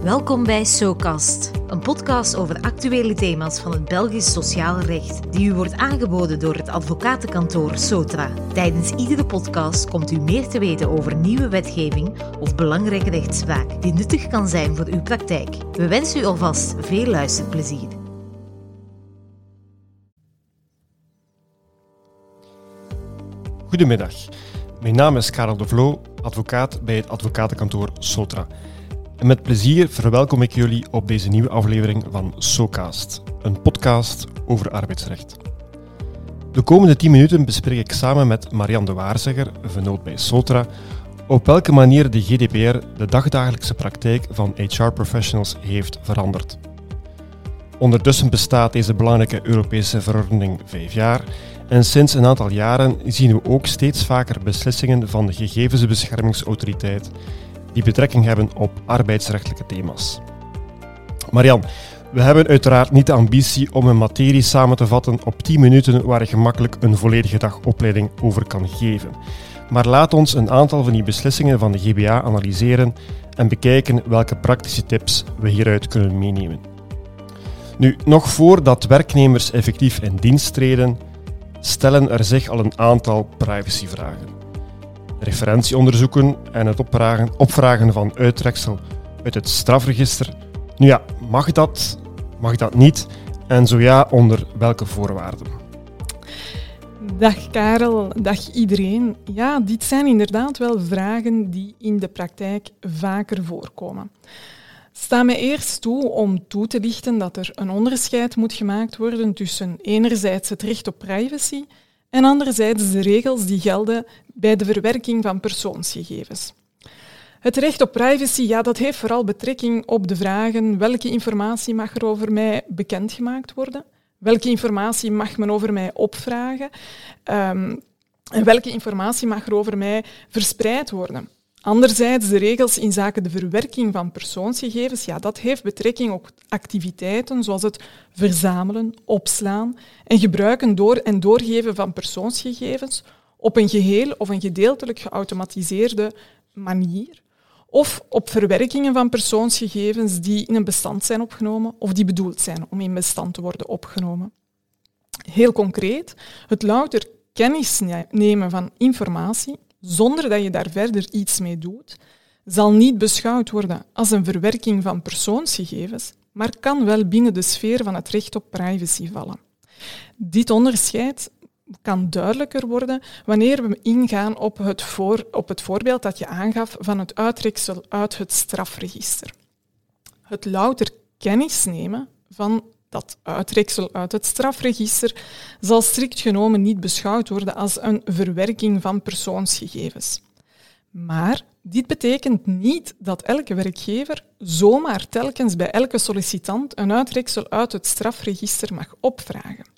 Welkom bij SoCast, een podcast over actuele thema's van het Belgisch sociaal recht, die u wordt aangeboden door het advocatenkantoor Sotra. Tijdens iedere podcast komt u meer te weten over nieuwe wetgeving of belangrijke rechtspraak die nuttig kan zijn voor uw praktijk. We wensen u alvast veel luisterplezier. Goedemiddag, mijn naam is Karel de Vloo, advocaat bij het advocatenkantoor Sotra. En met plezier verwelkom ik jullie op deze nieuwe aflevering van SoCast, een podcast over arbeidsrecht. De komende 10 minuten bespreek ik samen met Marianne de Waarzegger, vennoot bij Sotra, op welke manier de GDPR de dagdagelijkse praktijk van HR-professionals heeft veranderd. Ondertussen bestaat deze belangrijke Europese verordening 5 jaar en sinds een aantal jaren zien we ook steeds vaker beslissingen van de Gegevensbeschermingsautoriteit die betrekking hebben op arbeidsrechtelijke thema's. Marianne, we hebben uiteraard niet de ambitie om een materie samen te vatten op 10 minuten waar je gemakkelijk een volledige dag opleiding over kan geven. Maar laat ons een aantal van die beslissingen van de GBA analyseren en bekijken welke praktische tips we hieruit kunnen meenemen. Nu, nog voordat werknemers effectief in dienst treden, stellen er zich al een aantal privacyvragen. Referentieonderzoeken en het opvragen van uittreksel uit het strafregister. Nu ja, mag dat niet? En zo ja, onder welke voorwaarden? Dag Karel, dag iedereen. Ja, dit zijn inderdaad wel vragen die in de praktijk vaker voorkomen. Sta mij eerst toe om toe te lichten dat er een onderscheid moet gemaakt worden tussen enerzijds het recht op privacy en anderzijds de regels die gelden bij de verwerking van persoonsgegevens. Het recht op privacy, ja, dat heeft vooral betrekking op de vragen welke informatie mag er over mij bekendgemaakt worden, welke informatie mag men over mij opvragen en welke informatie mag er over mij verspreid worden. Anderzijds, de regels inzake de verwerking van persoonsgegevens, ja, dat heeft betrekking op activiteiten zoals het verzamelen, opslaan en gebruiken en doorgeven van persoonsgegevens op een geheel of een gedeeltelijk geautomatiseerde manier, of op verwerkingen van persoonsgegevens die in een bestand zijn opgenomen of die bedoeld zijn om in bestand te worden opgenomen. Heel concreet, het louter kennis nemen van informatie zonder dat je daar verder iets mee doet, zal niet beschouwd worden als een verwerking van persoonsgegevens, maar kan wel binnen de sfeer van het recht op privacy vallen. Dit onderscheid kan duidelijker worden wanneer we ingaan op het voorbeeld dat je aangaf van het uittreksel uit het strafregister. Het louter kennis nemen van dat uittreksel uit het strafregister zal strikt genomen niet beschouwd worden als een verwerking van persoonsgegevens. Maar dit betekent niet dat elke werkgever zomaar telkens bij elke sollicitant een uittreksel uit het strafregister mag opvragen.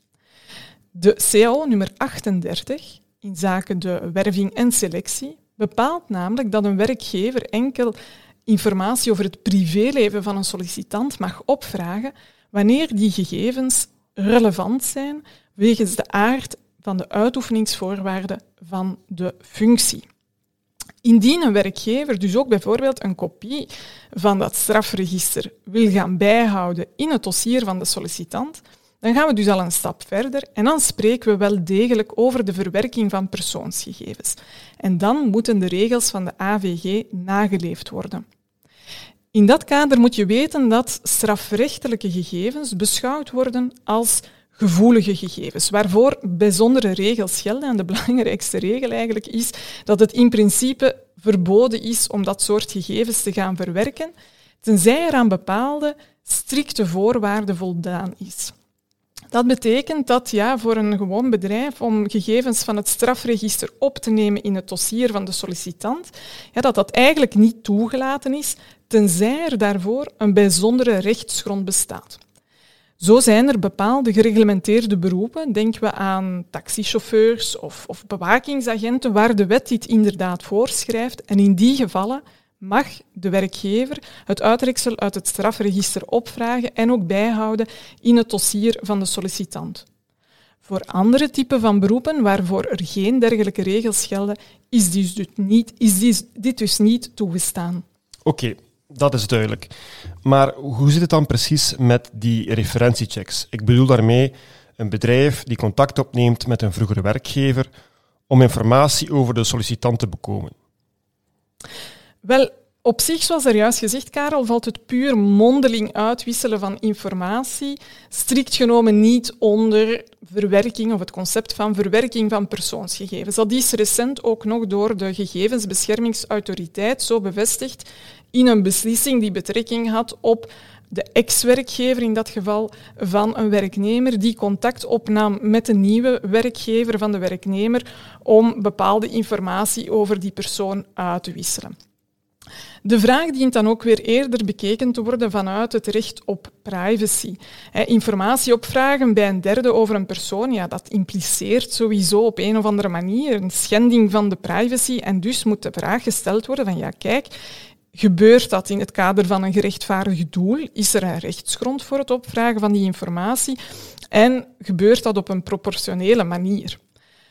De CAO nummer 38, inzake de werving en selectie, bepaalt namelijk dat een werkgever enkel informatie over het privéleven van een sollicitant mag opvragen wanneer die gegevens relevant zijn wegens de aard van de uitoefeningsvoorwaarden van de functie. Indien een werkgever dus ook bijvoorbeeld een kopie van dat strafregister wil gaan bijhouden in het dossier van de sollicitant, dan gaan we dus al een stap verder en dan spreken we wel degelijk over de verwerking van persoonsgegevens. En dan moeten de regels van de AVG nageleefd worden. In dat kader moet je weten dat strafrechtelijke gegevens beschouwd worden als gevoelige gegevens, waarvoor bijzondere regels gelden. En de belangrijkste regel eigenlijk is dat het in principe verboden is om dat soort gegevens te gaan verwerken, tenzij er aan bepaalde strikte voorwaarden voldaan is. Dat betekent dat voor een gewoon bedrijf om gegevens van het strafregister op te nemen in het dossier van de sollicitant, dat eigenlijk niet toegelaten is, tenzij er daarvoor een bijzondere rechtsgrond bestaat. Zo zijn er bepaalde gereglementeerde beroepen, denken we aan taxichauffeurs of bewakingsagenten, waar de wet dit inderdaad voorschrijft. En in die gevallen mag de werkgever het uittreksel uit het strafregister opvragen en ook bijhouden in het dossier van de sollicitant. Voor andere typen van beroepen waarvoor er geen dergelijke regels gelden, is dit dus niet toegestaan. Oké, Dat is duidelijk. Maar hoe zit het dan precies met die referentiechecks? Ik bedoel daarmee een bedrijf die contact opneemt met een vroegere werkgever om informatie over de sollicitant te bekomen. Wel, op zich, zoals er juist gezegd, Karel, valt het puur mondeling uitwisselen van informatie strikt genomen niet onder verwerking of het concept van verwerking van persoonsgegevens. Dat is recent ook nog door de Gegevensbeschermingsautoriteit zo bevestigd in een beslissing die betrekking had op de ex-werkgever, in dat geval van een werknemer, die contact opnam met de nieuwe werkgever van de werknemer om bepaalde informatie over die persoon uit te wisselen. De vraag dient dan ook weer eerder bekeken te worden vanuit het recht op privacy. Informatie opvragen bij een derde over een persoon, ja, dat impliceert sowieso op een of andere manier een schending van de privacy en dus moet de vraag gesteld worden van ja, kijk, gebeurt dat in het kader van een gerechtvaardigd doel? Is er een rechtsgrond voor het opvragen van die informatie? En gebeurt dat op een proportionele manier?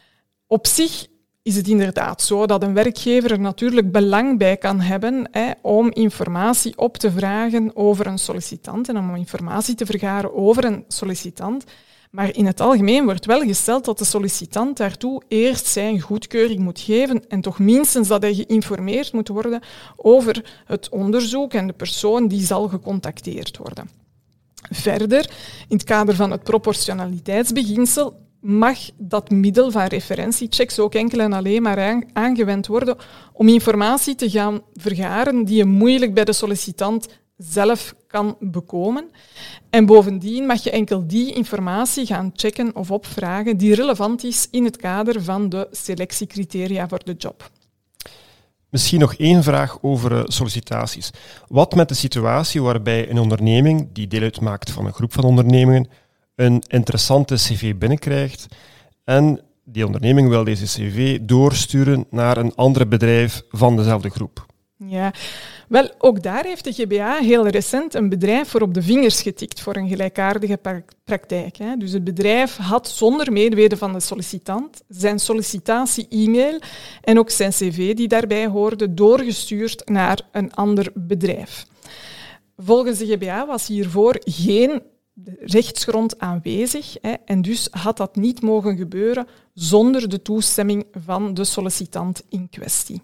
Op zich is het inderdaad zo dat een werkgever er natuurlijk belang bij kan hebben om informatie op te vragen over een sollicitant en om informatie te vergaren over een sollicitant. Maar in het algemeen wordt wel gesteld dat de sollicitant daartoe eerst zijn goedkeuring moet geven en toch minstens dat hij geïnformeerd moet worden over het onderzoek en de persoon die zal gecontacteerd worden. Verder, in het kader van het proportionaliteitsbeginsel, mag dat middel van referentiechecks ook enkel en alleen maar aangewend worden om informatie te gaan vergaren die je moeilijk bij de sollicitant zelf kan bekomen. En bovendien mag je enkel die informatie gaan checken of opvragen die relevant is in het kader van de selectiecriteria voor de job. Misschien nog één vraag over sollicitaties. Wat met de situatie waarbij een onderneming, die deel uitmaakt van een groep van ondernemingen, een interessante cv binnenkrijgt en die onderneming wil deze cv doorsturen naar een ander bedrijf van dezelfde groep? Ja, wel, ook daar heeft de GBA heel recent een bedrijf voor op de vingers getikt voor een gelijkaardige praktijk. Dus het bedrijf had zonder medeweten van de sollicitant zijn sollicitatie-e-mail en ook zijn cv die daarbij hoorde doorgestuurd naar een ander bedrijf. Volgens de GBA was hiervoor geen rechtsgrond aanwezig en dus had dat niet mogen gebeuren zonder de toestemming van de sollicitant in kwestie.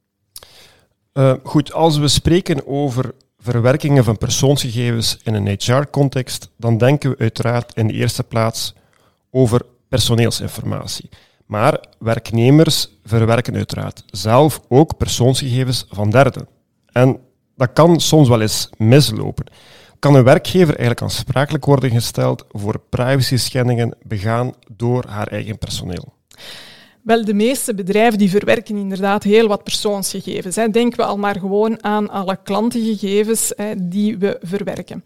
Goed, als we spreken over verwerkingen van persoonsgegevens in een HR-context, dan denken we uiteraard in de eerste plaats over personeelsinformatie. Maar werknemers verwerken uiteraard zelf ook persoonsgegevens van derden. En dat kan soms wel eens mislopen. Kan een werkgever eigenlijk aansprakelijk worden gesteld voor privacy-schendingen begaan door haar eigen personeel? Wel, de meeste bedrijven die verwerken inderdaad heel wat persoonsgegevens. Denken we al maar gewoon aan alle klantengegevens die we verwerken.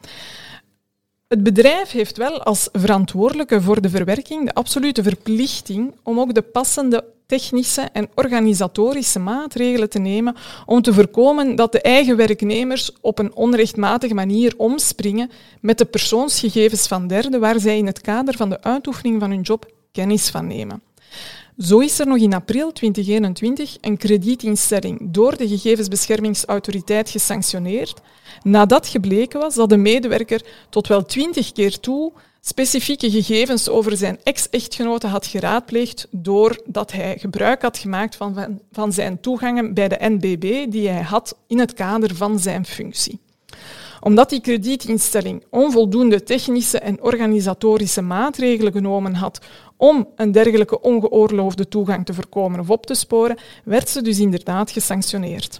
Het bedrijf heeft wel als verantwoordelijke voor de verwerking de absolute verplichting om ook de passende technische en organisatorische maatregelen te nemen om te voorkomen dat de eigen werknemers op een onrechtmatige manier omspringen met de persoonsgegevens van derden waar zij in het kader van de uitoefening van hun job kennis van nemen. Zo is er nog in april 2021 een kredietinstelling door de Gegevensbeschermingsautoriteit gesanctioneerd nadat gebleken was dat de medewerker tot wel 20 keer toe specifieke gegevens over zijn ex-echtgenote had geraadpleegd doordat hij gebruik had gemaakt van zijn toegangen bij de NBB die hij had in het kader van zijn functie. Omdat die kredietinstelling onvoldoende technische en organisatorische maatregelen genomen had om een dergelijke ongeoorloofde toegang te voorkomen of op te sporen, werd ze dus inderdaad gesanctioneerd.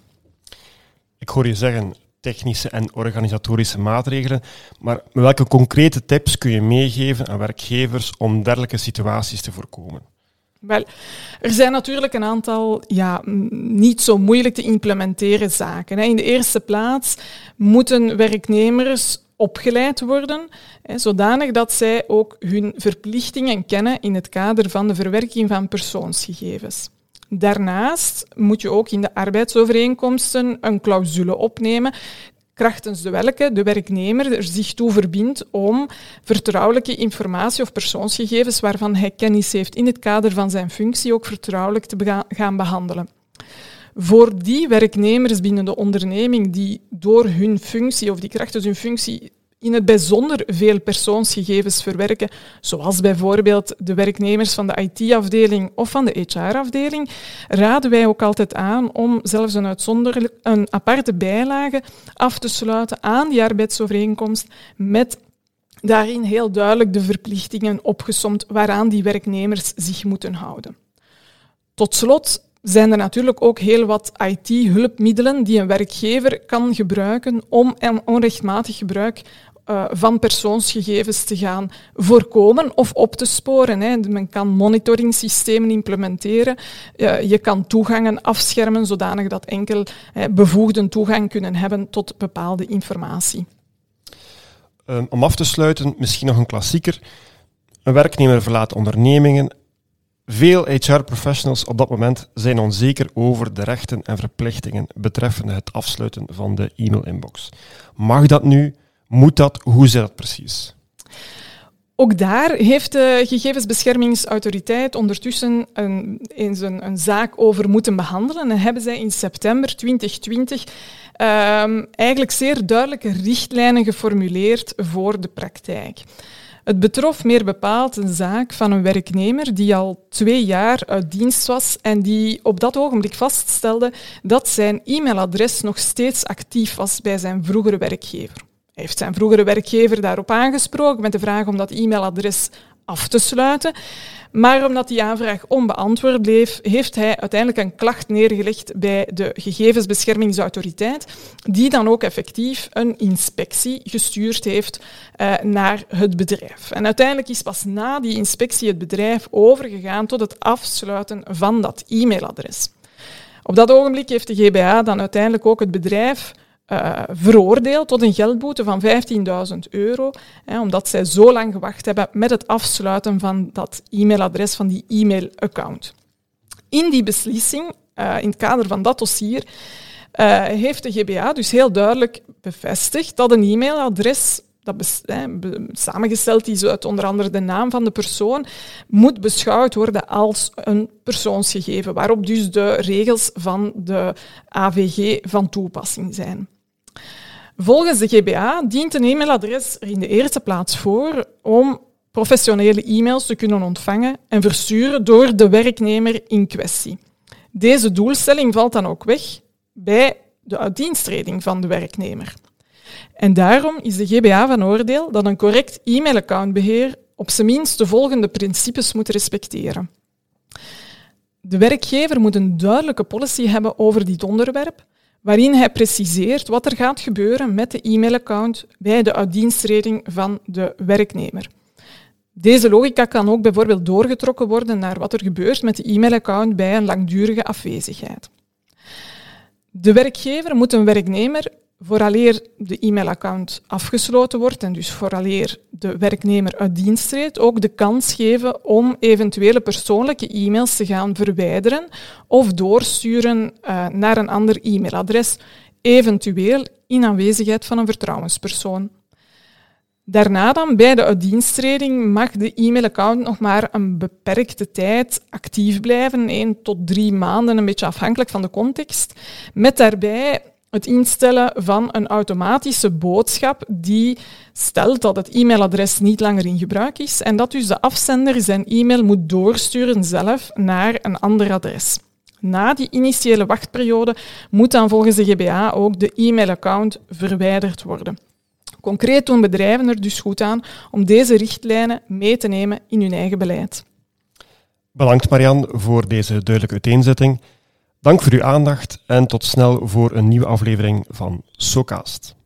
Ik hoor je zeggen technische en organisatorische maatregelen, maar welke concrete tips kun je meegeven aan werkgevers om dergelijke situaties te voorkomen? Wel, er zijn natuurlijk een aantal niet zo moeilijk te implementeren zaken. In de eerste plaats moeten werknemers opgeleid worden, zodanig dat zij ook hun verplichtingen kennen in het kader van de verwerking van persoonsgegevens. Daarnaast moet je ook in de arbeidsovereenkomsten een clausule opnemen, krachtens de welke de werknemer er zich toe verbindt om vertrouwelijke informatie of persoonsgegevens waarvan hij kennis heeft in het kader van zijn functie ook vertrouwelijk te gaan behandelen. Voor die werknemers binnen de onderneming die door hun functie of die krachtens hun functie in het bijzonder veel persoonsgegevens verwerken, zoals bijvoorbeeld de werknemers van de IT-afdeling of van de HR-afdeling, raden wij ook altijd aan om zelfs een aparte bijlage af te sluiten aan die arbeidsovereenkomst met daarin heel duidelijk de verplichtingen opgesomd waaraan die werknemers zich moeten houden. Tot slot zijn er natuurlijk ook heel wat IT-hulpmiddelen die een werkgever kan gebruiken om onrechtmatig gebruik van persoonsgegevens te gaan voorkomen of op te sporen. Men kan monitoringssystemen implementeren. Je kan toegangen afschermen zodanig dat enkel bevoegden toegang kunnen hebben tot bepaalde informatie. Om af te sluiten, misschien nog een klassieker. Een werknemer verlaat ondernemingen. Veel HR-professionals op dat moment zijn onzeker over de rechten en verplichtingen betreffende het afsluiten van de e-mail-inbox. Mag dat nu? Moet dat? Hoe zit dat precies? Ook daar heeft de Gegevensbeschermingsautoriteit ondertussen een zaak over moeten behandelen en hebben zij in september 2020 eigenlijk zeer duidelijke richtlijnen geformuleerd voor de praktijk. Het betrof meer bepaald een zaak van een werknemer die al 2 jaar uit dienst was en die op dat ogenblik vaststelde dat zijn e-mailadres nog steeds actief was bij zijn vroegere werkgever. Hij heeft zijn vroegere werkgever daarop aangesproken met de vraag om dat e-mailadres af te sluiten. Maar omdat die aanvraag onbeantwoord bleef, heeft hij uiteindelijk een klacht neergelegd bij de Gegevensbeschermingsautoriteit, die dan ook effectief een inspectie gestuurd heeft naar het bedrijf. En uiteindelijk is pas na die inspectie het bedrijf overgegaan tot het afsluiten van dat e-mailadres. Op dat ogenblik heeft de GBA dan uiteindelijk ook het bedrijf veroordeeld tot een geldboete van €15.000, omdat zij zo lang gewacht hebben met het afsluiten van dat e-mailadres, van die e-mailaccount. In die beslissing, in het kader van dat dossier, heeft de GBA dus heel duidelijk bevestigd dat een e-mailadres dat samengesteld is uit onder andere de naam van de persoon, moet beschouwd worden als een persoonsgegeven, waarop dus de regels van de AVG van toepassing zijn. Volgens de GBA dient een e-mailadres er in de eerste plaats voor om professionele e-mails te kunnen ontvangen en versturen door de werknemer in kwestie. Deze doelstelling valt dan ook weg bij de uitdiensttreding van de werknemer. En daarom is de GBA van oordeel dat een correct e-mailaccountbeheer op zijn minst de volgende principes moet respecteren. De werkgever moet een duidelijke policy hebben over dit onderwerp, waarin hij preciseert wat er gaat gebeuren met de e-mailaccount bij de uitdiensttreding van de werknemer. Deze logica kan ook bijvoorbeeld doorgetrokken worden naar wat er gebeurt met de e-mailaccount bij een langdurige afwezigheid. De werkgever moet een werknemer, vooraleer de e-mailaccount afgesloten wordt en dus vooraleer de werknemer uit dienst treedt, ook de kans geven om eventuele persoonlijke e-mails te gaan verwijderen of doorsturen naar een ander e-mailadres, eventueel in aanwezigheid van een vertrouwenspersoon. Daarna dan, bij de uitdiensttreding, mag de e-mailaccount nog maar een beperkte tijd actief blijven, 1 tot 3 maanden, een beetje afhankelijk van de context, met daarbij het instellen van een automatische boodschap die stelt dat het e-mailadres niet langer in gebruik is en dat dus de afzender zijn e-mail moet doorsturen zelf naar een ander adres. Na die initiële wachtperiode moet dan volgens de GBA ook de e-mailaccount verwijderd worden. Concreet doen bedrijven er dus goed aan om deze richtlijnen mee te nemen in hun eigen beleid. Bedankt Marianne voor deze duidelijke uiteenzetting. Dank voor uw aandacht en tot snel voor een nieuwe aflevering van SoCast.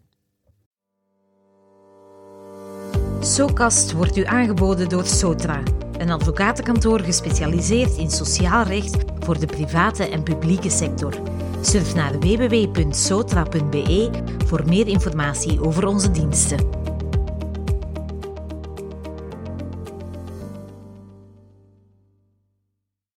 SoCast wordt u aangeboden door Sotra, een advocatenkantoor gespecialiseerd in sociaal recht voor de private en publieke sector. Surf naar www.sotra.be voor meer informatie over onze diensten.